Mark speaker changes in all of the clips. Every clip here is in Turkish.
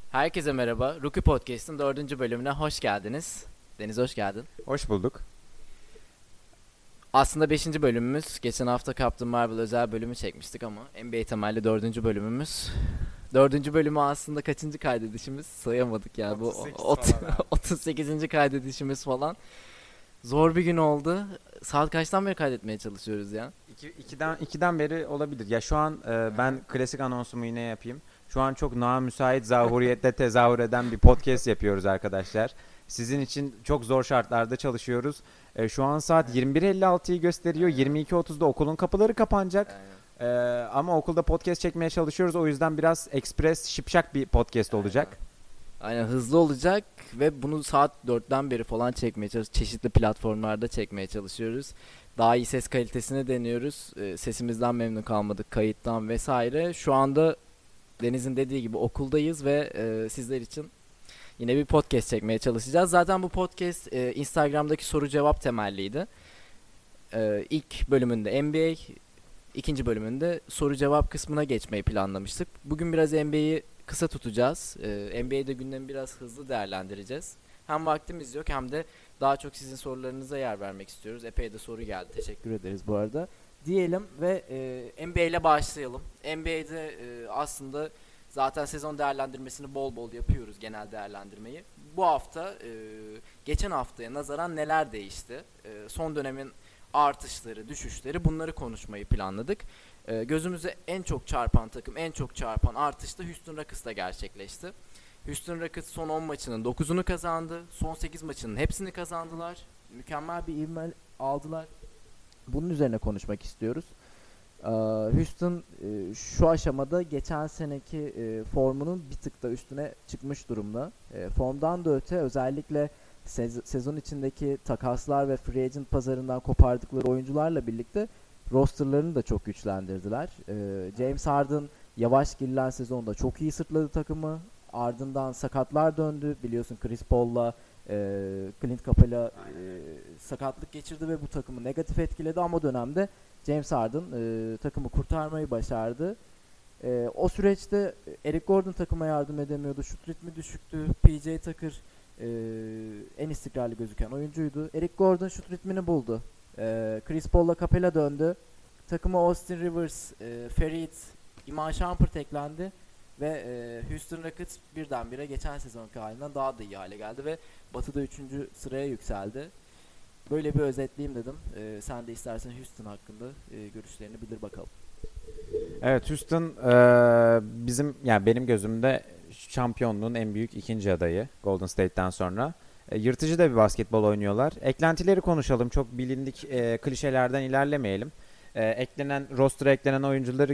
Speaker 1: Herkese merhaba. Rookie Podcast'ın 4. bölümüne hoş geldiniz. Deniz hoş geldin.
Speaker 2: Hoş bulduk.
Speaker 1: Aslında 5. bölümümüz. Geçen hafta Captain Marvel özel bölümü çekmiştik ama NBA temelli 4. bölümümüz. 4. bölümü aslında kaçıncı kaydedişimiz sayamadık ya. Bu
Speaker 2: 38 falan abi.
Speaker 1: 38. kaydedişimiz falan. Zor bir gün oldu. Saat kaçtan beri kaydetmeye çalışıyoruz ya?
Speaker 2: 2'den beri olabilir. Ya şu an ben klasik anonsumu yine yapayım. Şu an çok namüsait zahuriyette tezahür eden bir podcast yapıyoruz arkadaşlar. Sizin için çok zor şartlarda çalışıyoruz. Şu an saat 21.56'yı gösteriyor. 22.30'da okulun kapıları kapanacak.
Speaker 1: Aynen.
Speaker 2: Ama okulda podcast çekmeye çalışıyoruz. O yüzden biraz ekspres, şipşak bir podcast olacak.
Speaker 1: Aynen hızlı olacak ve bunu saat 4'ten beri falan çekmeye çalışıyoruz. Çeşitli platformlarda çekmeye çalışıyoruz. Daha iyi ses kalitesini deniyoruz. Sesimizden memnun kalmadık, kayıttan vesaire. Şu anda Deniz'in dediği gibi okuldayız ve sizler için yine bir podcast çekmeye çalışacağız. Zaten bu podcast Instagram'daki soru cevap temelliydi. İlk bölümünde NBA, ikinci bölümünde soru cevap kısmına geçmeyi planlamıştık. Bugün biraz NBA'yi kısa tutacağız. NBA'de gündemi biraz hızlı değerlendireceğiz. Hem vaktimiz yok hem de daha çok sizin sorularınıza yer vermek istiyoruz. Epey de soru geldi. Teşekkür ederiz bu arada. Diyelim ve NBA ile başlayalım. NBA'de aslında zaten sezon değerlendirmesini bol bol yapıyoruz, genel değerlendirmeyi. Bu hafta geçen haftaya nazaran neler değişti? Son dönemin artışları, düşüşleri, bunları konuşmayı planladık. Gözümüze en çok çarpan takım, en çok çarpan artış da Houston Rockets'ta gerçekleşti. Houston Rockets son 10 maçının 9'unu kazandı. Son 8 maçının hepsini kazandılar. Mükemmel bir ivme aldılar. Bunun üzerine konuşmak istiyoruz. Houston şu aşamada geçen seneki formunun bir tık da üstüne çıkmış durumda. Formdan da öte özellikle sezon içindeki takaslar ve free agent pazarından kopardıkları oyuncularla birlikte rosterlarını da çok güçlendirdiler. James Harden yavaş girilen sezonda çok iyi sırtladı takımı. Ardından sakatlar döndü. Biliyorsun Chris Paul'la Clint Capela sakatlık geçirdi ve bu takımı negatif etkiledi ama dönemde James Harden takımı kurtarmayı başardı. O süreçte Eric Gordon takıma yardım edemiyordu. Şut ritmi düşüktü. PJ Tucker en istikrarlı gözüken oyuncuydu. Eric Gordon şut ritmini buldu. Chris Paul'la Capela döndü. Takıma Austin Rivers, Farid, Iman Shumpert eklendi. Ve Houston Rockets birdenbire geçen sezonki halinden daha da iyi hale geldi ve Batı'da 3. sıraya yükseldi. Böyle bir özetleyeyim dedim. Sen de istersen Houston hakkında görüşlerini bilir bakalım.
Speaker 2: Evet, Houston bizim yani benim gözümde şampiyonluğun en büyük ikinci adayı Golden State'ten sonra. Yırtıcı da bir basketbol oynuyorlar. Eklentileri konuşalım. Çok bilindik klişelerden ilerlemeyelim. Roster'a eklenen oyuncuları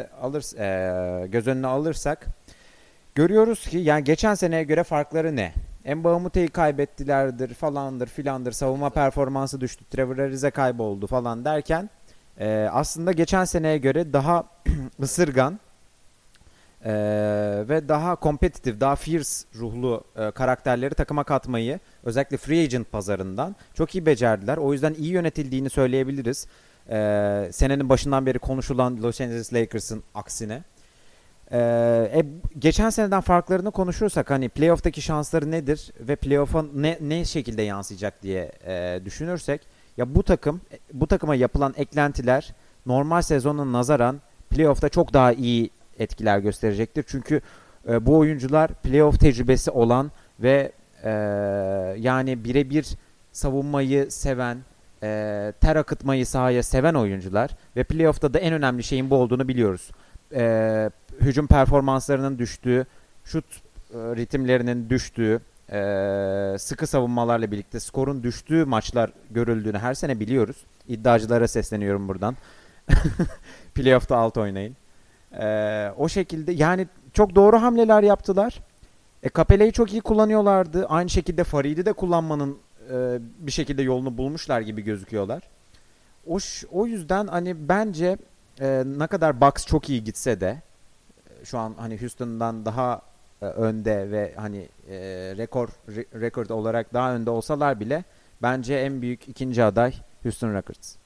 Speaker 2: göz önüne alırsak görüyoruz ki yani geçen seneye göre farkları ne? Mbah Mute'yi kaybettilerdir falandır filandır, savunma performansı düştü, Trevor Ariza kayboldu falan derken aslında geçen seneye göre daha ısırgan ve daha competitive, daha fierce ruhlu karakterleri takıma katmayı özellikle free agent pazarından çok iyi becerdiler. O yüzden iyi yönetildiğini söyleyebiliriz. Senenin başından beri konuşulan Los Angeles Lakers'ın aksine. Geçen seneden farklarını konuşursak hani playoff'taki şansları nedir ve playoff'a ne şekilde yansıyacak diye düşünürsek ya bu takıma yapılan eklentiler normal sezona nazaran playoff'ta çok daha iyi etkiler gösterecektir. Çünkü bu oyuncular playoff tecrübesi olan ve yani birebir savunmayı seven, ter akıtmayı sahaya seven oyuncular ve playoff'ta da en önemli şeyin bu olduğunu biliyoruz. Hücum performanslarının düştüğü, şut ritimlerinin düştüğü, sıkı savunmalarla birlikte skorun düştüğü maçlar görüldüğünü her sene biliyoruz. İddiacılara sesleniyorum buradan. Playoff'ta alt oynayın. O şekilde yani çok doğru hamleler yaptılar. Capela'yı çok iyi kullanıyorlardı. Aynı şekilde Farid'i de kullanmanın bir şekilde yolunu bulmuşlar gibi gözüküyorlar. O yüzden hani bence ne kadar Bucks çok iyi gitse de şu an hani Houston'dan daha önde ve hani rekord olarak daha önde olsalar bile bence en büyük ikinci aday Houston Rockets.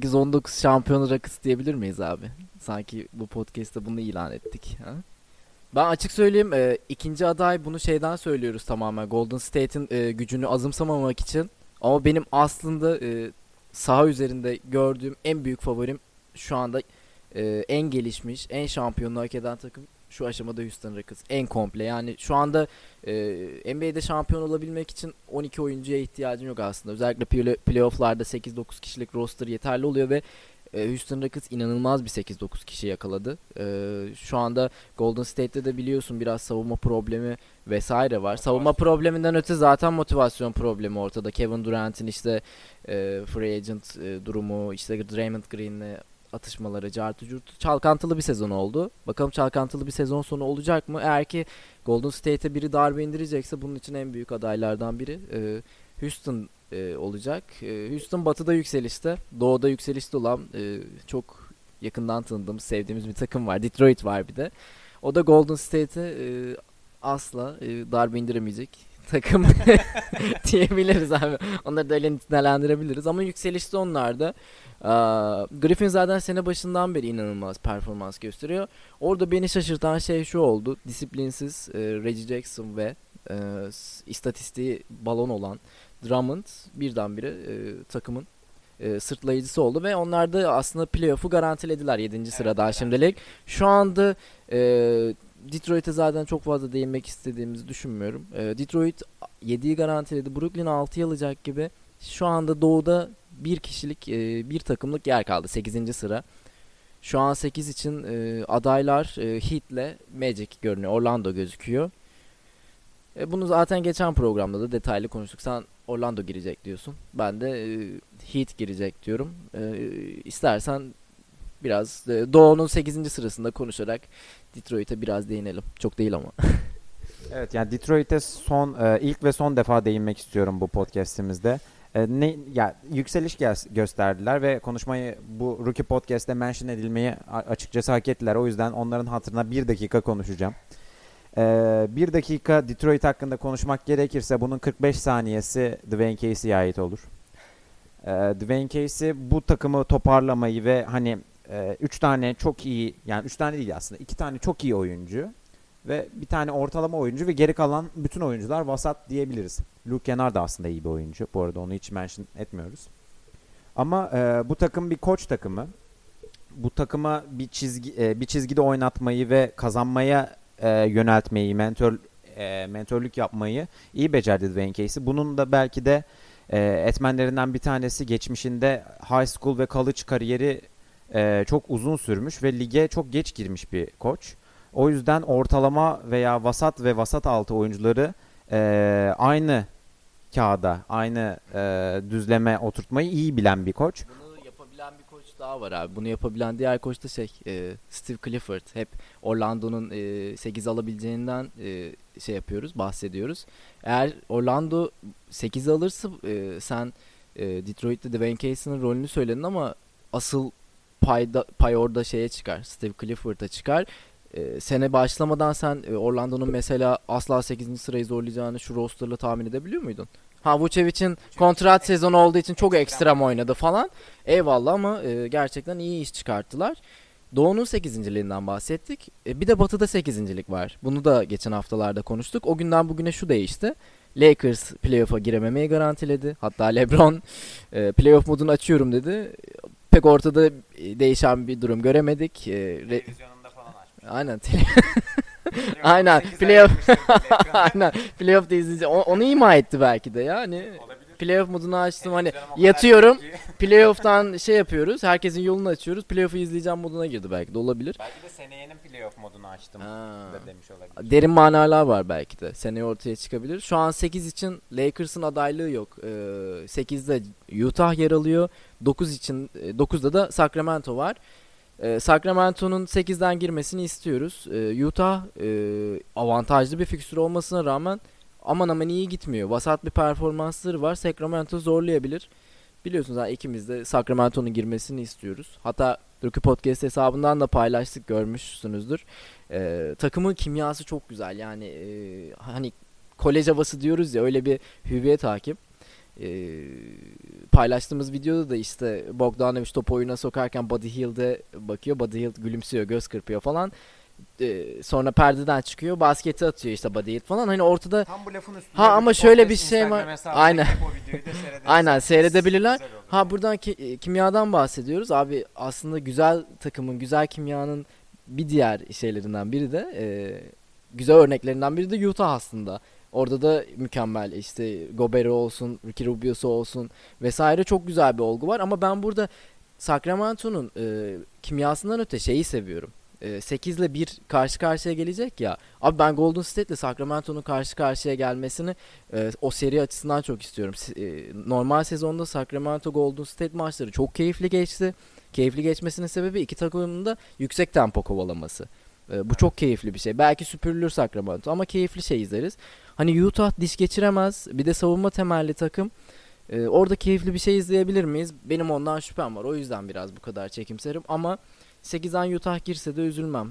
Speaker 1: 18-19 şampiyon Rockets diyebilir miyiz abi? Sanki bu podcast'ta bunu ilan ettik. Ha? Ben açık söyleyeyim, ikinci aday bunu şeyden söylüyoruz tamamen. Golden State'in gücünü azımsamamak için. Ama benim aslında saha üzerinde gördüğüm en büyük favorim şu anda en gelişmiş, en şampiyonluğu hak eden takım şu aşamada Houston Rockets. En komple. Yani şu anda NBA'de şampiyon olabilmek için 12 oyuncuya ihtiyacın yok aslında. Özellikle playoff'larda 8-9 kişilik roster yeterli oluyor ve Houston Rockets inanılmaz bir 8-9 kişi yakaladı. Şu anda Golden State'te de biliyorsun biraz savunma problemi vesaire var. Savunma probleminden öte zaten motivasyon problemi ortada. Kevin Durant'in işte free agent durumu, işte Draymond Green'le atışmaları, cartı curtu, çalkantılı bir sezon oldu. Bakalım çalkantılı bir sezon sonu olacak mı? Eğer ki Golden State'e biri darbe indirecekse bunun için en büyük adaylardan biri Houston olacak. Houston batıda yükselişte, doğuda yükselişte olan çok yakından tanıdığımız, sevdiğimiz bir takım var. Detroit var bir de. O da Golden State'e asla darbe indiremeyecek takım diyebiliriz abi. Onları da öyle nitelendirebiliriz ama yükselişte onlar da. Griffin zaten sene başından beri inanılmaz performans gösteriyor. Orada beni şaşırtan şey şu oldu. Disiplinsiz Reggie Jackson ve istatistiği balon olan Drummond birdenbire takımın sırtlayıcısı oldu ve onlar da aslında playoff'u garantilediler 7. sırada şimdilik. Şu anda Detroit'e zaten çok fazla değinmek istediğimizi düşünmüyorum. Detroit 7'yi garantiledi. Brooklyn 6'yı alacak gibi. Şu anda doğuda bir kişilik bir takımlık yer kaldı 8. sıra. Şu an 8 için adaylar Heat'le Magic görünüyor. Orlando gözüküyor. Bunu zaten geçen programda da detaylı konuştuk. Sen Orlando girecek diyorsun. Ben de Heat girecek diyorum. İstersen biraz Doğu'nun 8. sırasında konuşarak Detroit'e biraz değinelim. Çok değil ama.
Speaker 2: Evet, yani Detroit'e ilk ve son defa değinmek istiyorum bu podcast'imizde. Yükseliş gösterdiler ve konuşmayı bu Rookie Podcast'te mention edilmeyi açıkçası hak ettiler. O yüzden onların hatırına 1 dakika konuşacağım. 1 dakika Detroit hakkında konuşmak gerekirse bunun 45 saniyesi Dwayne Casey'ye ait olur. Dwayne Casey bu takımı toparlamayı ve hani 3 tane çok iyi, yani 3 tane değil aslında 2 tane çok iyi oyuncu ve bir tane ortalama oyuncu ve geri kalan bütün oyuncular vasat diyebiliriz. Luke Kennard da aslında iyi bir oyuncu. Bu arada onu hiç mention etmiyoruz. Ama bu takım bir koç takımı. Bu takıma bir çizgide oynatmayı ve kazanmaya yöneltmeyi, mentörlük yapmayı iyi becerdi Dwayne Casey. Bunun da belki de etmenlerinden bir tanesi geçmişinde high school ve college kariyeri çok uzun sürmüş ve lige çok geç girmiş bir koç. O yüzden ortalama veya vasat ve vasat altı oyuncuları aynı kağıda, aynı düzleme oturtmayı iyi bilen bir koç.
Speaker 1: Bunu yapabilen bir koç daha var abi. Bunu yapabilen diğer koç da Steve Clifford. Hep Orlando'nun 8 alabileceğinden şey yapıyoruz, bahsediyoruz. Eğer Orlando 8 alırsa sen Detroit'te Dwayne Casey'nin rolünü söyledin ama asıl pay orada şeye çıkar. Steve Clifford'a çıkar. Sene başlamadan sen Orlando'nun mesela asla 8. sırayı zorlayacağını şu roster'la tahmin edebiliyor muydun? Ha, Vucevic'in kontrat sezonu olduğu için çok ekstrem oynadı falan. Eyvallah ama gerçekten iyi iş çıkarttılar. Doğu'nun 8.liğinden bahsettik. Bir de Batı'da 8.lik var. Bunu da geçen haftalarda konuştuk. O günden bugüne şu değişti. Lakers playoff'a girememeyi garantiledi. Hatta LeBron playoff modunu açıyorum dedi. Pek ortada değişen bir durum göremedik.
Speaker 2: Televizyonunda falan açmış.
Speaker 1: Aynen. Aynen. Aynen. Playoff'da izleyeceğim. Onu ima etti belki de yani. Playoff modunu açtım, hani yatıyorum. Playoff'tan şey yapıyoruz. Herkesin yolunu açıyoruz. Playoff'u izleyeceğim moduna girdi belki de, olabilir.
Speaker 2: Belki de seneyenin playoff modunu açtım da demiş olabilir.
Speaker 1: Derin manalar var belki de. Seneye ortaya çıkabilir. Şu an 8 için Lakers'ın adaylığı yok. 8'de Utah yer alıyor. 9 için 9'da da Sacramento var. Sacramento'nun 8'den girmesini istiyoruz. Utah avantajlı bir fikstür olmasına rağmen aman iyi gitmiyor. Vasat bir performansları var. Sacramento zorlayabilir. Biliyorsunuz zaten ikimiz de Sacramento'nun girmesini istiyoruz. Hatta Rookie Podcast hesabından da paylaştık, görmüşsünüzdür. Takımın kimyası çok güzel. Yani hani kolej havası diyoruz ya, öyle bir hüviyet hakim. Paylaştığımız videoda da işte Bogdanovic topu oyuna sokarken Buddy Hield'e bakıyor. Buddy Hield gülümsüyor, göz kırpıyor falan. Sonra perdeden çıkıyor, basketi atıyor işte body hit falan. Hani ortada
Speaker 2: Tam bu lafın üstünde.
Speaker 1: ha ama şöyle bir şey var. Aynen.
Speaker 2: O videoyu da
Speaker 1: Aynen seyredebilirler. Ha buradan kimyadan bahsediyoruz. Abi aslında güzel takımın, güzel kimyanın bir diğer şeylerinden biri de güzel örneklerinden biri de Utah aslında. Orada da mükemmel işte Gobert olsun, Ricky Rubio'su olsun vesaire çok güzel bir olgu var. Ama ben burada Sacramento'nun kimyasından öte şeyi seviyorum. 8 ile 1 karşı karşıya gelecek ya. Abi ben Golden State ile Sacramento'nun karşı karşıya gelmesini o seri açısından çok istiyorum. Normal sezonda Sacramento Golden State maçları çok keyifli geçti. Keyifli geçmesinin sebebi iki takımın da yüksek tempo kovalaması. Bu çok keyifli bir şey. Belki süpürülür Sacramento ama keyifli şey izleriz. Hani Utah diş geçiremez. Bir de savunma temelli takım. Orada keyifli bir şey izleyebilir miyiz? Benim ondan şüphem var. O yüzden biraz bu kadar çekimserim ama 8'den Utah girse de üzülmem.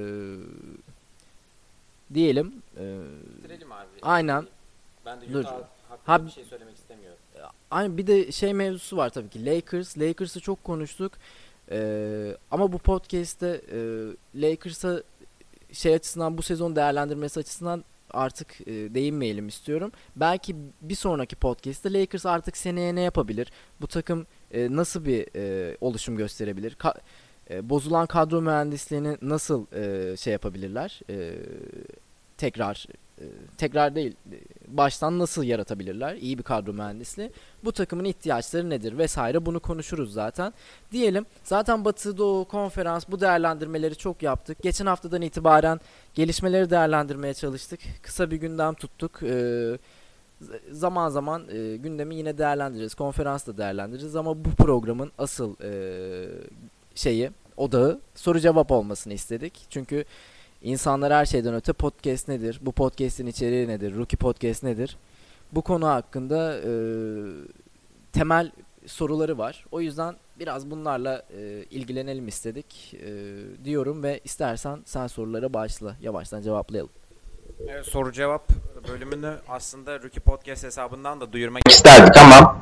Speaker 1: Diyelim.
Speaker 2: Bitirelim abi.
Speaker 1: Aynen.
Speaker 2: Ben de
Speaker 1: Dur.
Speaker 2: Utah hakkında bir şey söylemek istemiyorum.
Speaker 1: Aynen bir de şey mevzusu var tabii ki. Lakers'ı çok konuştuk. Ama bu podcast'te Lakers'a şey açısından bu sezon değerlendirmesi açısından artık değinmeyelim istiyorum. Belki bir sonraki podcast'te Lakers artık seneye ne yapabilir? Bu takım nasıl bir oluşum gösterebilir? Bozulan kadro mühendisliğini nasıl şey yapabilirler? Tekrar tekrar değil baştan nasıl yaratabilirler iyi bir kadro mühendisliği, bu takımın ihtiyaçları nedir vesaire, bunu konuşuruz zaten. Diyelim zaten Batı Doğu Konferans bu değerlendirmeleri çok yaptık. Geçen haftadan itibaren gelişmeleri değerlendirmeye çalıştık. Kısa bir gündem tuttuk. Zaman zaman gündemi yine değerlendireceğiz. Konferansta değerlendireceğiz ama bu programın asıl şeyi, odağı soru cevap olmasını istedik. Çünkü İnsanlar her şeyden öte podcast nedir? Bu podcast'in içeriği nedir? Rookie Podcast nedir? Bu konu hakkında temel soruları var. O yüzden biraz bunlarla ilgilenelim istedik diyorum ve istersen sen sorulara başla. Yavaştan cevaplayalım.
Speaker 2: Evet, soru cevap bölümünü aslında Rookie Podcast hesabından da duyurmak isterdik ama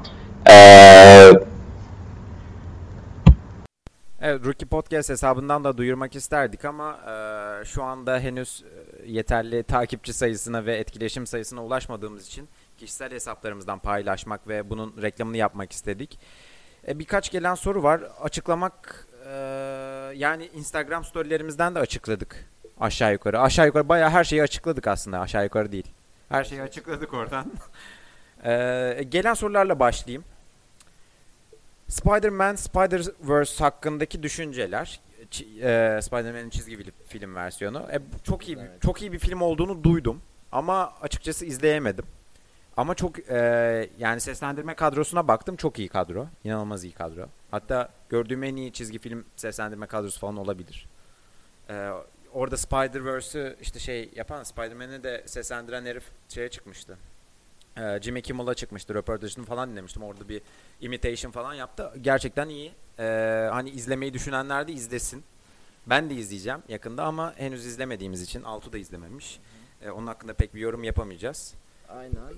Speaker 2: evet, Rookie Podcast hesabından da duyurmak isterdik ama şu anda henüz yeterli takipçi sayısına ve etkileşim sayısına ulaşmadığımız için kişisel hesaplarımızdan paylaşmak ve bunun reklamını yapmak istedik. Birkaç gelen soru var. Açıklamak yani Instagram storylerimizden de açıkladık aşağı yukarı. Aşağı yukarı bayağı her şeyi açıkladık aslında. Aşağı yukarı değil. Her şeyi açıkladık oradan. Gelen sorularla başlayayım. Spider-Man Spider-Verse hakkındaki düşünceler. Spider-Man'in çizgi film versiyonu. Çok iyi, evet. Çok iyi bir film olduğunu duydum ama açıkçası izleyemedim. Ama çok yani seslendirme kadrosuna baktım, çok iyi kadro. İnanılmaz iyi kadro. Hatta gördüğüm en iyi çizgi film seslendirme kadrosu falan olabilir. Orada Spider-Verse'ü işte şey yapan, Spider-Man'i de seslendiren herif şeye çıkmıştı. Jimmy Kimmel'a çıkmıştı, röportajını falan dinlemiştim. Orada bir imitation falan yaptı. Gerçekten iyi. Hani izlemeyi düşünenler de izlesin. Ben de izleyeceğim yakında ama henüz izlemediğimiz için, Altu da izlememiş. Onun hakkında pek bir yorum yapamayacağız.
Speaker 1: Aynen.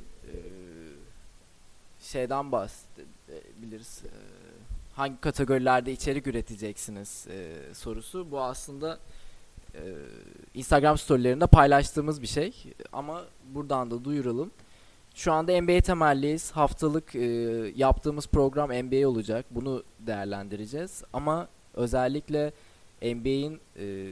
Speaker 1: Şeyden bahsedebiliriz. Hangi kategorilerde içerik üreteceksiniz sorusu. Bu aslında Instagram storylerinde paylaştığımız bir şey. Ama buradan da duyuralım. Şu anda NBA temelliyiz. Haftalık yaptığımız program NBA olacak. Bunu değerlendireceğiz. Ama özellikle NBA'in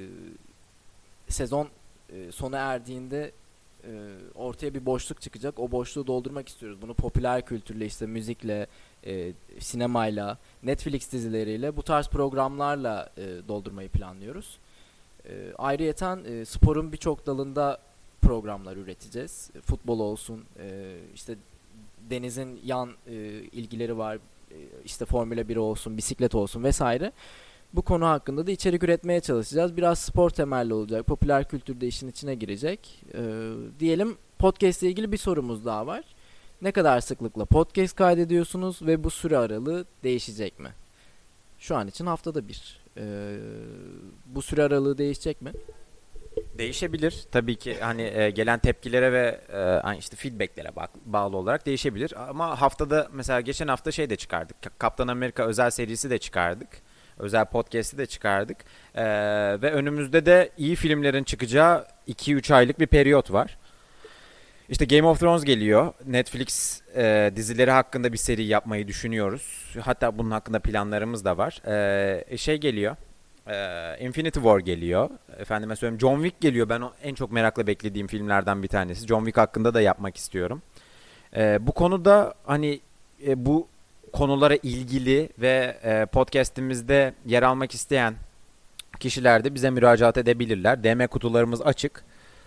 Speaker 1: sezon sona erdiğinde ortaya bir boşluk çıkacak. O boşluğu doldurmak istiyoruz. Bunu popüler kültürle, işte müzikle, sinemayla, Netflix dizileriyle, bu tarz programlarla doldurmayı planlıyoruz. Ayrıyeten sporun birçok dalında programlar üreteceğiz. Futbol olsun, işte Deniz'in yan ilgileri var, işte Formula 1 olsun, bisiklet olsun vesaire. Bu konu hakkında da içerik üretmeye çalışacağız. Biraz spor temelli olacak, popüler kültürde işin içine girecek. Diyelim podcast ile ilgili bir sorumuz daha var. Ne kadar sıklıkla podcast kaydediyorsunuz ve bu süre aralığı değişecek mi? Şu an için haftada bir. Bu süre aralığı değişecek mi?
Speaker 2: Değişebilir. Tabii ki hani gelen tepkilere ve işte feedbacklere bağlı olarak değişebilir. Ama haftada mesela geçen hafta şey de çıkardık. Kaptan Amerika özel serisi de çıkardık. özel podcast'i de çıkardık. Ve önümüzde de iyi filmlerin çıkacağı 2-3 aylık bir periyot var. İşte Game of Thrones geliyor. Netflix dizileri hakkında bir seri yapmayı düşünüyoruz. Hatta bunun hakkında planlarımız da var. Şey geliyor. Infinity War geliyor. Efendime söyleyeyim, John Wick geliyor. Ben en çok merakla beklediğim filmlerden bir tanesi. John Wick hakkında da yapmak istiyorum. Bu konuda hani bu konulara ilgili ve podcast'imizde yer almak isteyen kişiler de bize müracaat edebilirler. DM kutularımız açık.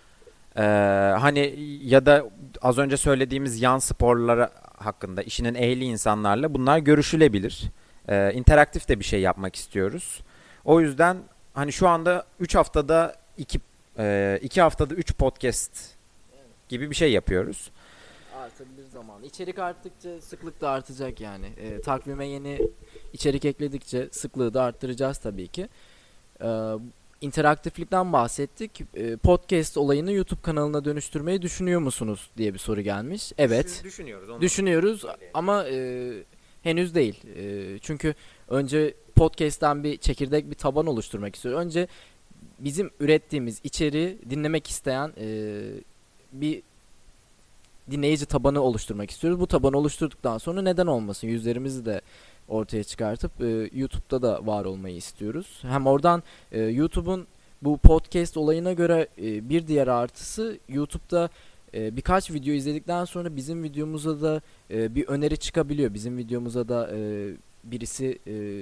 Speaker 2: Hani ya da az önce söylediğimiz yan sporlara hakkında işinin ehli insanlarla bunlar görüşülebilir. İnteraktif de bir şey yapmak istiyoruz. O yüzden hani şu anda 3 haftada 2 haftada 3 podcast gibi bir şey yapıyoruz.
Speaker 1: Artabilir zaman. İçerik arttıkça sıklık da artacak yani. Takvime yeni içerik ekledikçe sıklığı da arttıracağız tabii ki. İnteraktiflikten bahsettik. Podcast olayını YouTube kanalına dönüştürmeyi düşünüyor musunuz diye bir soru gelmiş. Evet. Düşünüyoruz ama henüz değil. Çünkü önce podcast'ten bir çekirdek bir taban oluşturmak istiyoruz. Önce bizim ürettiğimiz içeriği dinlemek isteyen bir dinleyici tabanı oluşturmak istiyoruz. Bu tabanı oluşturduktan sonra neden olmasın? Yüzlerimizi de ortaya çıkartıp YouTube'da da var olmayı istiyoruz. Hem oradan YouTube'un bu podcast olayına göre bir diğer artısı, YouTube'da birkaç video izledikten sonra bizim videomuza da bir öneri çıkabiliyor. Bizim videomuza da birisi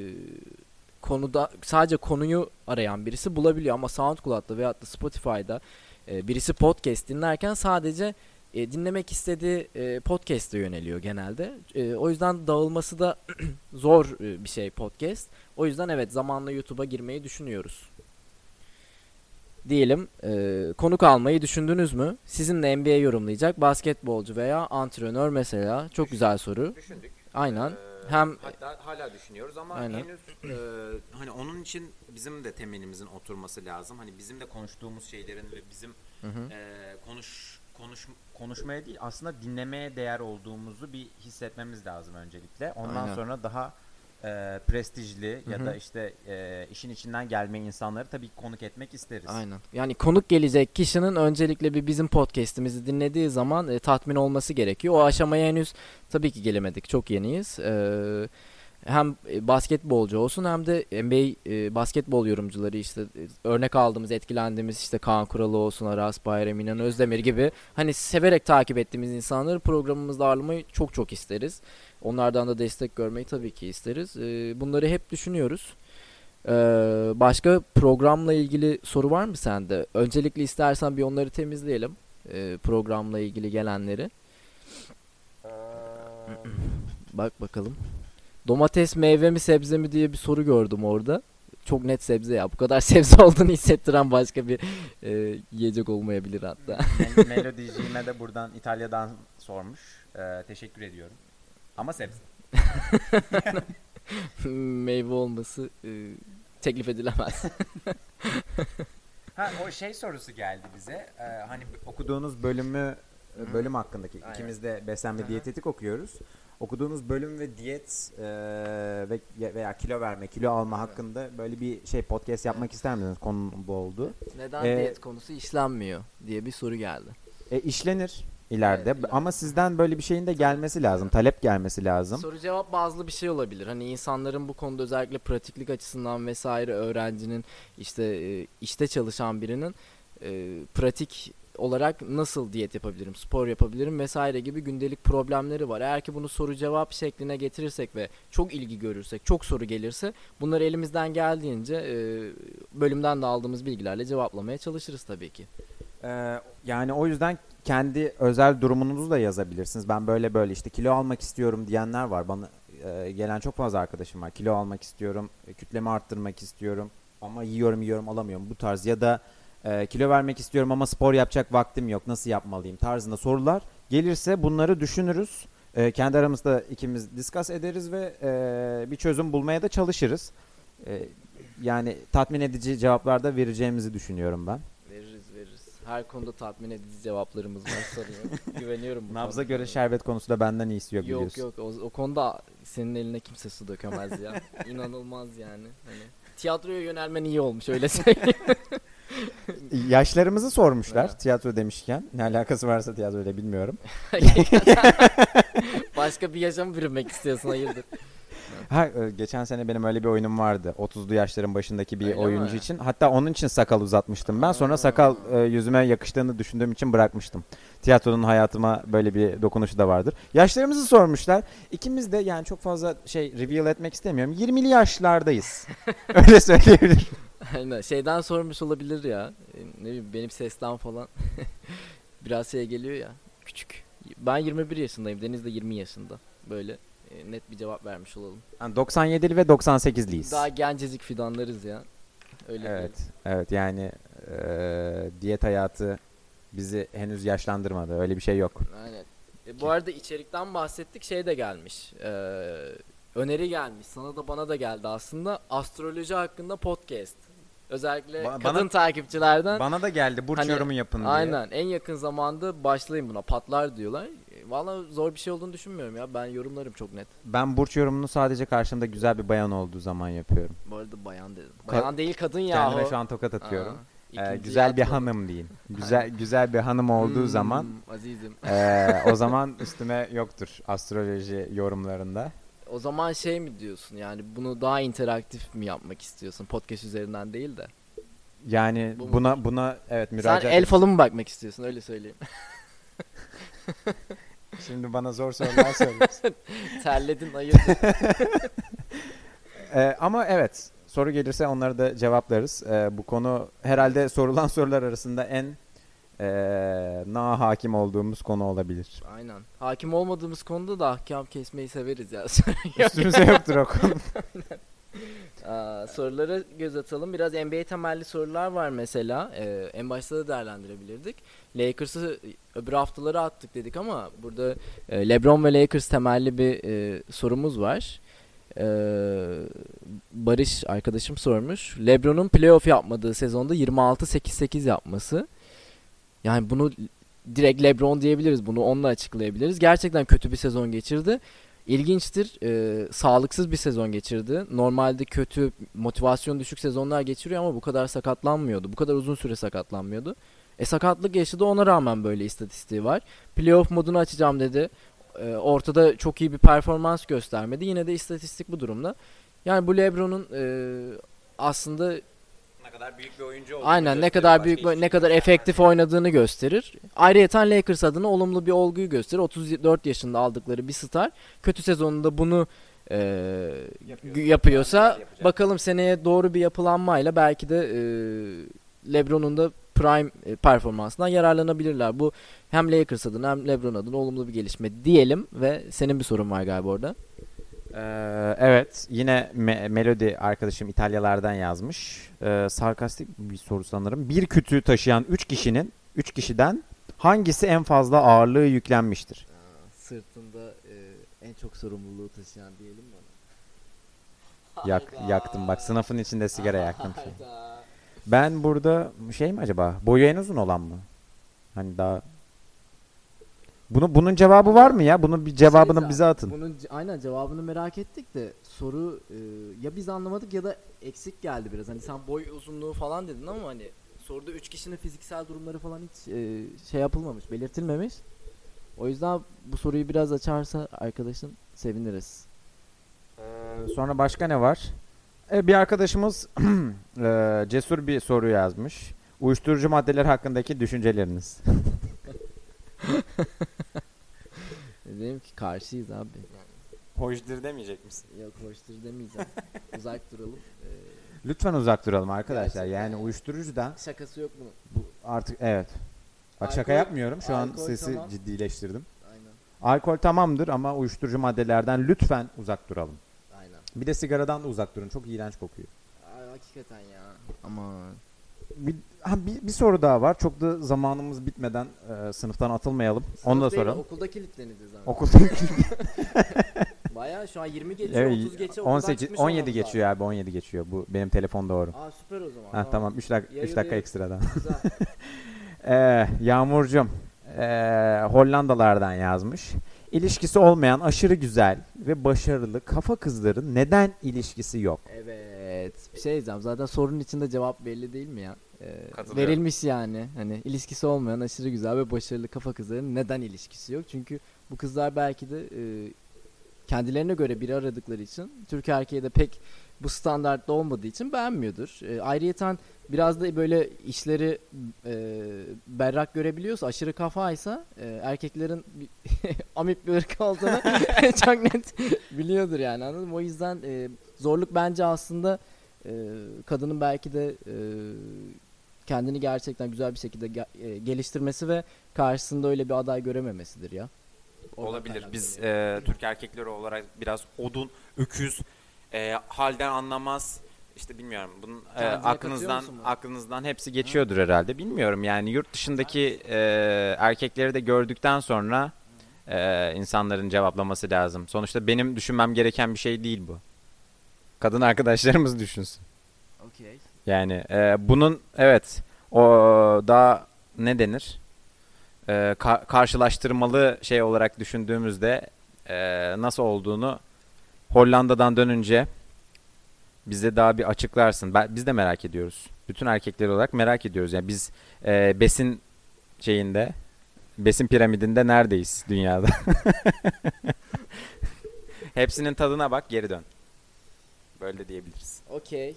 Speaker 1: konuda sadece konuyu arayan birisi bulabiliyor ama SoundCloud'da veyahut da Spotify'da birisi podcast dinlerken sadece dinlemek istediği podcast'e yöneliyor genelde. O yüzden dağılması da zor bir şey podcast. O yüzden evet, zamanla YouTube'a girmeyi düşünüyoruz. Diyelim, konuk almayı düşündünüz mü? Sizinle NBA yorumlayacak basketbolcu veya antrenör mesela. Çok güzel soru.
Speaker 2: Düşündük.
Speaker 1: Aynen. Hem
Speaker 2: Hatta hala düşünüyoruz ama
Speaker 1: aynen.
Speaker 2: henüz hani onun için bizim de temelimizin oturması lazım. Hani bizim de konuştuğumuz şeylerin ve bizim konuşmaya değil aslında dinlemeye değer olduğumuzu bir hissetmemiz lazım öncelikle. Ondan
Speaker 1: Aynen.
Speaker 2: sonra daha prestijli ya da işte işin içinden gelmeyi insanları tabii konuk etmek isteriz.
Speaker 1: Aynen. Yani konuk gelecek kişinin öncelikle bir bizim podcast'imizi dinlediği zaman tatmin olması gerekiyor. O aşamaya henüz tabii ki gelemedik. Çok yeniyiz. Hem basketbolcu olsun hem de NBA basketbol yorumcuları, işte örnek aldığımız, etkilendiğimiz işte Kaan Kuralı olsun, Aras Bayram, İnan Özdemir gibi hani severek takip ettiğimiz insanları programımızda ağırlamayı çok çok isteriz. Onlardan da destek görmeyi tabii ki isteriz. Bunları hep düşünüyoruz. Başka programla ilgili soru var mı sende? Öncelikle istersen bir onları temizleyelim. Programla ilgili gelenleri. Bak bakalım. Domates meyve mi sebze mi diye bir soru gördüm orada. Çok net sebze ya. Bu kadar sebze olduğunu hissettiren başka bir yiyecek olmayabilir hatta.
Speaker 2: Melodiciğime de buradan İtalya'dan sormuş. Teşekkür ediyorum. Ama sebze.
Speaker 1: Meyve olması teklif edilemez.
Speaker 2: O şey sorusu geldi bize. Hani okuduğunuz bölüm hakkındaki.
Speaker 1: Aynen.
Speaker 2: İkimiz de beslenme diyetetik okuyoruz. Okuduğunuz bölüm ve diyet veya kilo verme, kilo alma hakkında böyle bir podcast yapmak ister misiniz? Konu bu oldu.
Speaker 1: Neden diyet konusu işlenmiyor diye bir soru geldi.
Speaker 2: İşlenir ileride
Speaker 1: Evet,
Speaker 2: ama sizden böyle bir şeyin de gelmesi lazım. Talep gelmesi lazım.
Speaker 1: Soru cevap bazlı bir şey olabilir. Hani insanların bu konuda özellikle pratiklik açısından vesaire, öğrencinin işte çalışan birinin pratik olarak nasıl diyet yapabilirim, spor yapabilirim vesaire gibi gündelik problemleri var. Eğer ki bunu soru cevap şekline getirirsek ve çok ilgi görürsek, çok soru gelirse bunları elimizden geldiğince bölümden de aldığımız bilgilerle cevaplamaya çalışırız tabii ki.
Speaker 2: Yani o yüzden kendi özel durumunuzu da yazabilirsiniz. Ben böyle işte kilo almak istiyorum diyenler var. Bana gelen çok fazla arkadaşım var. Kilo almak istiyorum, kütlemi arttırmak istiyorum ama yiyorum alamıyorum, bu tarz ya da kilo vermek istiyorum ama spor yapacak vaktim yok, nasıl yapmalıyım tarzında sorular gelirse bunları düşünürüz. Kendi aramızda ikimiz discuss ederiz ve bir çözüm bulmaya da çalışırız. Yani tatmin edici cevaplar da vereceğimizi düşünüyorum ben.
Speaker 1: Veririz. Her konuda tatmin edici cevaplarımız var sanıyorum. Güveniyorum bu
Speaker 2: Nabza
Speaker 1: konuda.
Speaker 2: göre şerbet konusunda benden iyisi yok
Speaker 1: Yok
Speaker 2: biliyorsun.
Speaker 1: yok o konuda senin eline kimse su dökemez ya. İnanılmaz yani. Hani tiyatroya yönelmen iyi olmuş öyle söyleyeyim.
Speaker 2: Yaşlarımızı sormuşlar
Speaker 1: Evet.
Speaker 2: tiyatro demişken. Ne alakası varsa tiyatroyla bilmiyorum.
Speaker 1: Başka bir yaşam bürünmek istiyorsun hayırdır?
Speaker 2: Geçen sene benim öyle bir oyunum vardı. 30'lu yaşların başındaki bir
Speaker 1: Öyle
Speaker 2: oyuncu
Speaker 1: mi?
Speaker 2: için. Hatta onun için sakal uzatmıştım ben. Sonra sakal yüzüme yakıştığını düşündüğüm için bırakmıştım. Tiyatronun hayatıma böyle bir dokunuşu da vardır. Yaşlarımızı sormuşlar. İkimiz de yani çok fazla reveal etmek istemiyorum. 20'li yaşlardayız. Öyle söyleyebilirim.
Speaker 1: Aynen şeyden sormuş olabilir ya. Ne bileyim benim sesten falan. Biraz şey geliyor ya. Küçük. Ben 21 yaşındayım. Deniz de 20 yaşında. Böyle net bir cevap vermiş olalım.
Speaker 2: Yani 97'li ve 98'liyiz.
Speaker 1: Daha gencecik fidanlarız ya. Öyle
Speaker 2: Evet.
Speaker 1: diyelim.
Speaker 2: Evet yani diyet hayatı bizi henüz yaşlandırmadı. Öyle bir şey yok.
Speaker 1: Aynen. Bu arada içerikten bahsettik. Şey de gelmiş. Öneri gelmiş. Sana da bana da geldi aslında. Astroloji hakkında podcast. Özellikle kadın takipçilerden.
Speaker 2: Bana da geldi burç
Speaker 1: Hani,
Speaker 2: yorumu yapın diye.
Speaker 1: Aynen. En yakın zamanda başlayın buna. Patlar diyorlar. Valla zor bir şey olduğunu düşünmüyorum ya. Ben yorumlarım çok net.
Speaker 2: Ben burç yorumunu sadece karşımda güzel bir bayan olduğu zaman yapıyorum.
Speaker 1: Bu arada bayan dedim. Bayan değil kadın ya.
Speaker 2: Kendime şu an tokat atıyorum.
Speaker 1: İkinciyi
Speaker 2: Güzel bir
Speaker 1: atmadım.
Speaker 2: hanım deyin. Güzel bir hanım olduğu zaman
Speaker 1: Azizim.
Speaker 2: o zaman üstüme yoktur astroloji yorumlarında.
Speaker 1: O zaman şey mi diyorsun yani bunu daha interaktif mi yapmak istiyorsun podcast üzerinden değil de?
Speaker 2: Yani
Speaker 1: Bu
Speaker 2: buna evet müracaat
Speaker 1: Sen el falı mı bakmak istiyorsun öyle söyleyeyim.
Speaker 2: Şimdi bana zor sorular soruyorsun.
Speaker 1: Terledin ayırdın.
Speaker 2: Ama evet soru gelirse onları da cevaplarız. Bu konu herhalde sorulan sorular arasında en hakim olduğumuz konu olabilir.
Speaker 1: Aynen. Hakim olmadığımız konuda da ahkam kesmeyi severiz ya.
Speaker 2: Üstümüze yoktur o konu.
Speaker 1: Sorulara göz atalım. Biraz NBA temelli sorular var mesela. En başta da değerlendirebilirdik. Lakers'ı öbür haftalara attık dedik ama burada LeBron ve Lakers temelli bir sorumuz var. Barış arkadaşım sormuş. LeBron'un playoff yapmadığı sezonda 26-8-8 yapması. Yani bunu direkt LeBron diyebiliriz. Bunu onunla açıklayabiliriz. Gerçekten kötü bir sezon geçirdi. İlginçtir. Sağlıksız bir sezon geçirdi. Normalde kötü, motivasyon düşük sezonlar geçiriyor ama bu kadar sakatlanmıyordu. Bu kadar uzun süre sakatlanmıyordu. Sakatlık yaşadı ona rağmen böyle istatistiği var. Playoff modunu açacağım dedi. Ortada çok iyi bir performans göstermedi. Yine de istatistik bu durumda. Yani bu LeBron'un aslında
Speaker 2: Ne kadar büyük bir oyuncu olduğunu
Speaker 1: aynen ne kadar büyük ne kadar efektif oynadığını gösterir. Ayrıyeten Lakers adına olumlu bir olguyu gösterir. 34 yaşında aldıkları bir star kötü sezonunda bunu yapıyorsa bakalım seneye doğru bir yapılanmayla belki de LeBron'un da prime performansından yararlanabilirler. Bu hem Lakers adına hem LeBron adına olumlu bir gelişme diyelim ve senin bir sorun var galiba orada.
Speaker 2: Evet yine Melody arkadaşım İtalyalardan yazmış. Sarkastik bir soru sanırım. Bir kütüğü taşıyan 3 kişiden hangisi en fazla ağırlığı yüklenmiştir?
Speaker 1: Sırtında en çok sorumluluğu taşıyan diyelim mi
Speaker 2: Yaktım bak sınıfın içinde sigara yaktım. Ben burada mi acaba? Boyu en uzun olan mı? Hani daha bunun cevabı var mı ya? Bunun bir cevabını bize atın.
Speaker 1: Bunun aynen cevabını merak ettik de soru ya biz anlamadık ya da eksik geldi biraz. Hani sen boy uzunluğu falan dedin ama hani soruda 3 kişinin fiziksel durumları falan hiç şey yapılmamış, belirtilmemiş. O yüzden bu soruyu biraz açarsa arkadaşım seviniriz.
Speaker 2: Sonra başka ne var? Bir arkadaşımız cesur bir soru yazmış. Uyuşturucu maddeler hakkındaki düşünceleriniz.
Speaker 1: Dedim ki karşıyız abi.
Speaker 2: Hoştur demeyecek misin?
Speaker 1: Yok hoştur demeyeceğim. Uzak duralım.
Speaker 2: Lütfen uzak duralım arkadaşlar.
Speaker 1: Gerçekten
Speaker 2: Yani uyuşturucudan
Speaker 1: şakası yok mu?
Speaker 2: artık evet. Bak şaka
Speaker 1: Alkol-
Speaker 2: yapmıyorum. Şu an
Speaker 1: alkol
Speaker 2: sesi
Speaker 1: tamam.
Speaker 2: ciddileştirdim.
Speaker 1: Aynen.
Speaker 2: Alkol tamamdır ama uyuşturucu maddelerden lütfen uzak duralım.
Speaker 1: Aynen.
Speaker 2: Bir de sigaradan da uzak durun. Çok iğrenç kokuyor.
Speaker 1: Hakikaten ya. Aman.
Speaker 2: Bir soru daha var. Çok da zamanımız bitmeden sınıftan atılmayalım. Onu da
Speaker 1: Sınıf değil,
Speaker 2: soralım.
Speaker 1: Okulda kilitleneceğiz ama.
Speaker 2: Okulda
Speaker 1: Bayağı şu an 20 geçiyor,
Speaker 2: evet,
Speaker 1: 30 geçiyor. okuldan
Speaker 2: 18
Speaker 1: çıkmış
Speaker 2: 17
Speaker 1: olmamız
Speaker 2: geçiyor abi 17 geçiyor. Bu benim telefon doğru.
Speaker 1: lazım. Süper o zaman.
Speaker 2: Ha tamam 3 dakika
Speaker 1: Yayılıyor.
Speaker 2: ekstradan.
Speaker 1: Güzel.
Speaker 2: Yağmurcum Hollandalardan yazmış. İlişkisi olmayan aşırı güzel ve başarılı kafa kızların neden ilişkisi yok?
Speaker 1: Evet. Bir şey diyeceğim. Zaten sorunun içinde cevap belli değil mi ya?
Speaker 3: Katılıyorum.
Speaker 1: Verilmiş yani. Hani ilişkisi olmayan aşırı güzel ve başarılı kafa kızların neden ilişkisi yok? Çünkü bu kızlar belki de kendilerine göre biri aradıkları için Türk erkeği de pek bu standartta olmadığı için beğenmiyordur. Ayrıyeten biraz da böyle işleri berrak görebiliyorsa, aşırı kafaysa erkeklerin amip bir ırk olduğunu çok net biliyordur yani, anladın mı? O yüzden zorluk bence aslında kadının belki de kendini gerçekten güzel bir şekilde geliştirmesi ve karşısında öyle bir aday görememesidir ya. Oradan
Speaker 3: Olabilir.
Speaker 1: kaynaklanıyor.
Speaker 3: Biz Türk erkekleri olarak biraz odun, öküz, halden anlamaz. İşte bilmiyorum. Bunun
Speaker 1: Kendine katıyor musun bunu?
Speaker 2: aklınızdan hepsi geçiyordur herhalde. Bilmiyorum yani yurt dışındaki erkekleri de gördükten sonra insanların cevaplaması lazım. Sonuçta benim düşünmem gereken bir şey değil bu. Kadın arkadaşlarımız düşünsün.
Speaker 1: Okey.
Speaker 2: Yani bunun evet o daha ne denir? Karşılaştırmalı şey olarak düşündüğümüzde nasıl olduğunu Hollanda'dan dönünce bize daha bir açıklarsın. Biz de merak ediyoruz. Bütün erkekler olarak merak ediyoruz. Yani biz besin şeyinde, besin piramidinde neredeyiz dünyada? Hepsinin tadına bak, geri dön. Böyle diyebiliriz.
Speaker 1: Okey.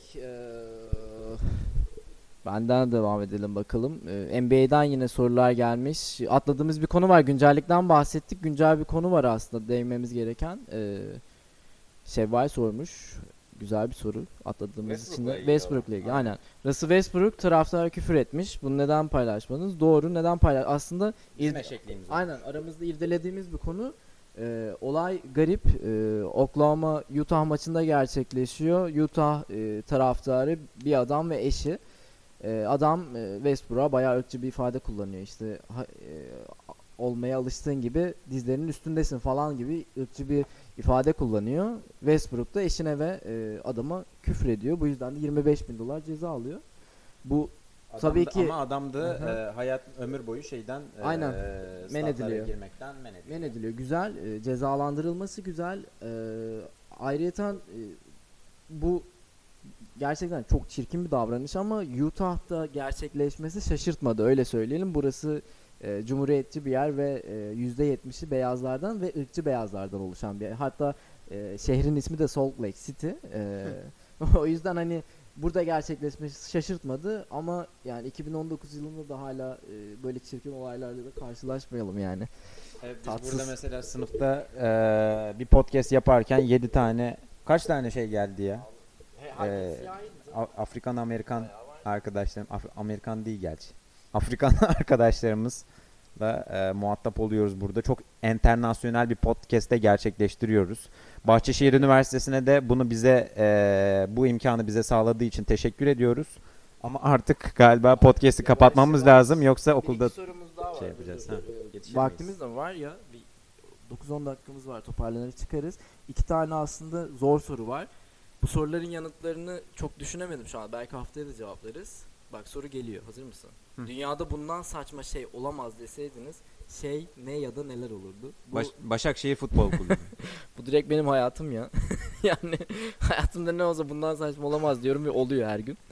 Speaker 1: Benden devam edelim bakalım. NBA'den yine sorular gelmiş. Atladığımız bir konu var. Güncellikten bahsettik. Güncel bir konu var aslında değinmemiz gereken. Şevval sormuş. Güzel bir soru. Atladığımız için de Westbrook'la ilgili. Aynen. Russell Westbrook taraftara küfür etmiş. Bunu neden paylaşmadınız? Doğru. Neden aslında aynen aramızda irdelediğimiz bir konu. Olay garip. Oklahoma Utah maçında gerçekleşiyor. Utah taraftarı bir adam ve eşi. Adam Westbrook'a bayağı ırkçı bir ifade kullanıyor. İşte olmaya alıştığın gibi dizlerinin üstündesin falan gibi ırkçı bir ifade kullanıyor. Westbrook da eşine ve adama küfür ediyor. Bu yüzden de $25,000 ceza alıyor. Bu tabii ki
Speaker 2: ama adamdı hayat ömür boyu şeyden
Speaker 1: aynen men ediliyor.
Speaker 2: Girmekten
Speaker 1: Men ediliyor. Güzel. Cezalandırılması güzel. Ayrıyeten bu gerçekten çok çirkin bir davranış ama Utah'ta gerçekleşmesi şaşırtmadı, öyle söyleyelim. Burası cumhuriyetçi bir yer ve %70'i beyazlardan ve ırkçı beyazlardan oluşan bir yer. Hatta şehrin ismi de Salt Lake City. O yüzden hani burada gerçekleşmesi şaşırtmadı ama yani 2019 yılında da hala böyle çirkin olaylarla da karşılaşmayalım yani.
Speaker 2: Evet, biz
Speaker 1: Tatsız.
Speaker 2: burada mesela sınıfta bir podcast yaparken 7 tane kaç tane şey geldi ya? Afrikan Amerikan arkadaşlarım, Amerikan değil gerçi. Afrikan arkadaşlarımızla muhatap oluyoruz burada. Çok internasyonel bir podcast'te gerçekleştiriyoruz. Bahçeşehir Üniversitesi'ne de bunu bize bu imkanı bize sağladığı için teşekkür ediyoruz. Ama artık galiba podcast'i kapatmamız lazım, yoksa okulda şey yapacağız.
Speaker 1: Vaktimiz de var ya, bir 9-10 dakikamız var, toparlanır çıkarız. 2 tane aslında zor soru var. Bu soruların yanıtlarını çok düşünemedim şu an. Belki haftaya da cevaplarız. Bak soru geliyor. Hazır mısın?
Speaker 2: Hı.
Speaker 1: Dünyada bundan saçma şey olamaz deseydiniz şey ne ya da neler olurdu?
Speaker 2: Başakşehir Futbol Kulübü.
Speaker 1: Bu direkt benim hayatım ya. Yani hayatımda ne olsa bundan saçma olamaz diyorum ve oluyor her gün.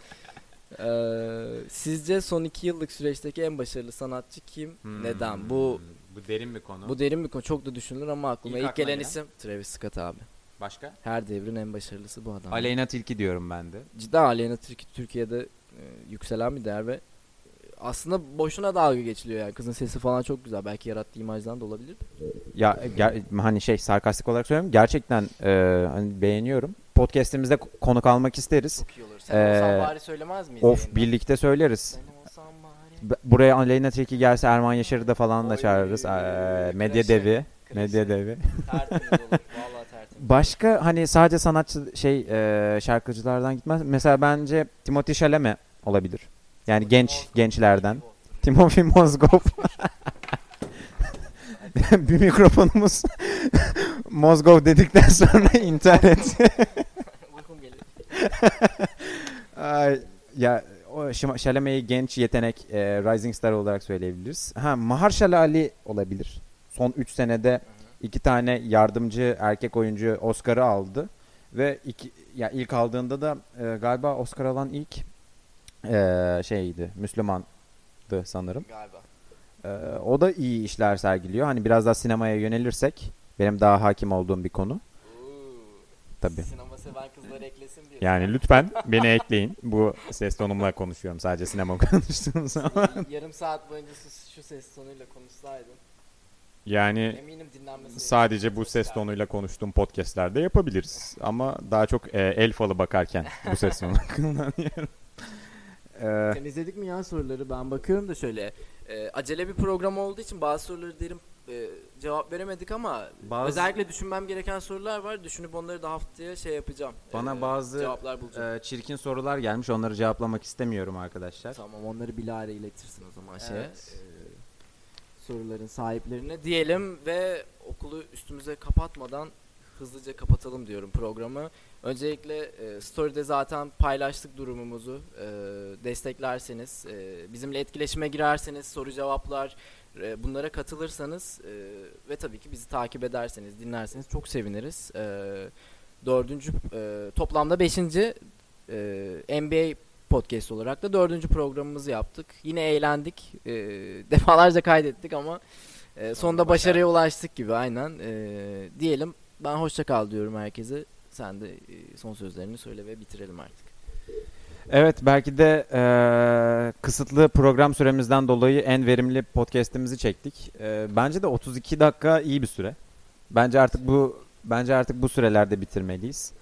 Speaker 1: Sizce son 2 yıllık süreçteki en başarılı sanatçı kim? Neden? Bu
Speaker 2: derin bir konu.
Speaker 1: Bu derin bir konu. Çok da düşünülür ama aklıma ilk gelen
Speaker 2: gelen
Speaker 1: isim Travis Scott abi.
Speaker 2: Başka?
Speaker 1: Her devrin en başarılısı bu adam.
Speaker 2: Aleyna Tilki diyorum ben de.
Speaker 1: Cidden Aleyna Tilki Türkiye'de yükselen bir değer ve aslında boşuna dalga geçiliyor yani. Kızın sesi falan çok güzel. Belki yarattığı imajdan da olabilir.
Speaker 2: Ya hani sarkastik olarak söylüyorum. Gerçekten hani beğeniyorum. Podcast'imizde konuk almak isteriz.
Speaker 1: Çok iyi olur. Sen olsan bari söylemez miyiz?
Speaker 2: Of
Speaker 1: yayında?
Speaker 2: Birlikte söyleriz.
Speaker 1: Ben olsam bari.
Speaker 2: Buraya Aleyna Tilki gelse Erman Yaşar'ı da falan da çağırırız. Medya
Speaker 1: Kreşe.
Speaker 2: devi. Medya devi.
Speaker 1: Tertemiz olur. Vallahi tertemiz.
Speaker 2: Başka hani sadece sanatçı şarkıcılardan gitmez. Mesela bence Timothée Chalamet olabilir. Yani gençlerden. Timofey Mozgov. Bir mikrofonumuz Mozgov dedikten sonra intihar etti.
Speaker 1: Uykum geliyor.
Speaker 2: Ay, ya Chalamet'i genç yetenek Rising Star olarak söyleyebiliriz. Mahershala Ali olabilir. Son 3 senede 2 tane yardımcı erkek oyuncu Oscar'ı aldı. Ve ilk aldığında da galiba Oscar alan ilk Müslümandı sanırım.
Speaker 1: Galiba.
Speaker 2: O da iyi işler sergiliyor. Hani biraz daha sinemaya yönelirsek benim daha hakim olduğum bir konu. Tabii.
Speaker 1: Sinema seven kızları eklesin diye.
Speaker 2: Yani lütfen beni ekleyin. Bu ses tonumla konuşuyorum sadece sinema konuştuğum zaman.
Speaker 1: Yarım saat boyunca şu ses tonuyla konuşsaydın.
Speaker 2: Yani
Speaker 1: eminim dinlenmesi.
Speaker 2: sadece bu ses tonuyla konuştuğum podcastlerde yapabiliriz. Ama daha çok el falı bakarken bu ses tonunu kullanıyorum.
Speaker 1: Temizledik mi ya soruları? Ben bakıyorum da şöyle. Acele bir program olduğu için bazı soruları derim cevap veremedik ama özellikle düşünmem gereken sorular var. Düşünüp onları da haftaya yapacağım.
Speaker 2: Bana bazı
Speaker 1: cevaplar bulacağım.
Speaker 2: çirkin sorular gelmiş. Onları cevaplamak istemiyorum arkadaşlar.
Speaker 1: Tamam, onları Bilal'e iletirsin o zaman
Speaker 2: Evet.
Speaker 1: Soruların sahiplerine diyelim ve okulu üstümüze kapatmadan hızlıca kapatalım diyorum programı. Öncelikle story'de zaten paylaştık durumumuzu. Desteklerseniz, bizimle etkileşime girerseniz, soru cevaplar bunlara katılırsanız ve tabii ki bizi takip ederseniz, dinlerseniz çok seviniriz. Toplamda 5. NBA podcast olarak da 4. programımızı yaptık. Yine eğlendik. Defalarca kaydettik ama sonunda başarıya ulaştık gibi aynen. Diyelim, ben hoşça kal diyorum herkese. Sen de son sözlerini söyle ve bitirelim artık.
Speaker 2: Evet, belki de kısıtlı program süremizden dolayı en verimli podcast'imizi çektik. Bence de 32 dakika iyi bir süre. Bence artık bu sürelerde bitirmeliyiz.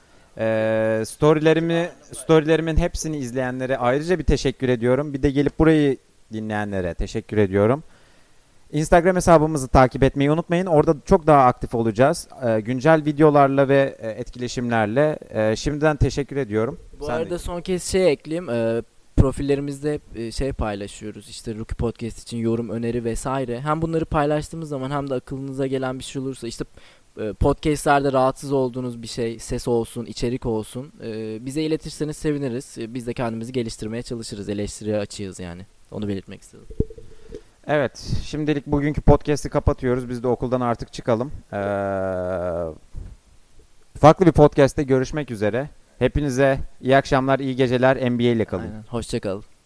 Speaker 2: Storylerimin hepsini izleyenlere ayrıca bir teşekkür ediyorum. Bir de gelip burayı dinleyenlere teşekkür ediyorum. Instagram hesabımızı takip etmeyi unutmayın. Orada çok daha aktif olacağız. Güncel videolarla ve etkileşimlerle. Şimdiden teşekkür ediyorum.
Speaker 1: Bu arada son kez ekleyeyim. Profillerimizde hep paylaşıyoruz. İşte Rookie Podcast için yorum, öneri vesaire. Hem bunları paylaştığımız zaman hem de akılınıza gelen bir şey olursa, işte podcastlerde rahatsız olduğunuz bir şey, ses olsun, içerik olsun, bize iletirseniz seviniriz. Biz de kendimizi geliştirmeye çalışırız. Eleştiriye açığız yani. Onu belirtmek istedim.
Speaker 2: Evet, şimdilik bugünkü podcast'i kapatıyoruz. Biz de okuldan artık çıkalım. Farklı bir podcast'te görüşmek üzere. Hepinize iyi akşamlar, iyi geceler. NBA ile kalın.
Speaker 1: Aynen. Hoşça kalın.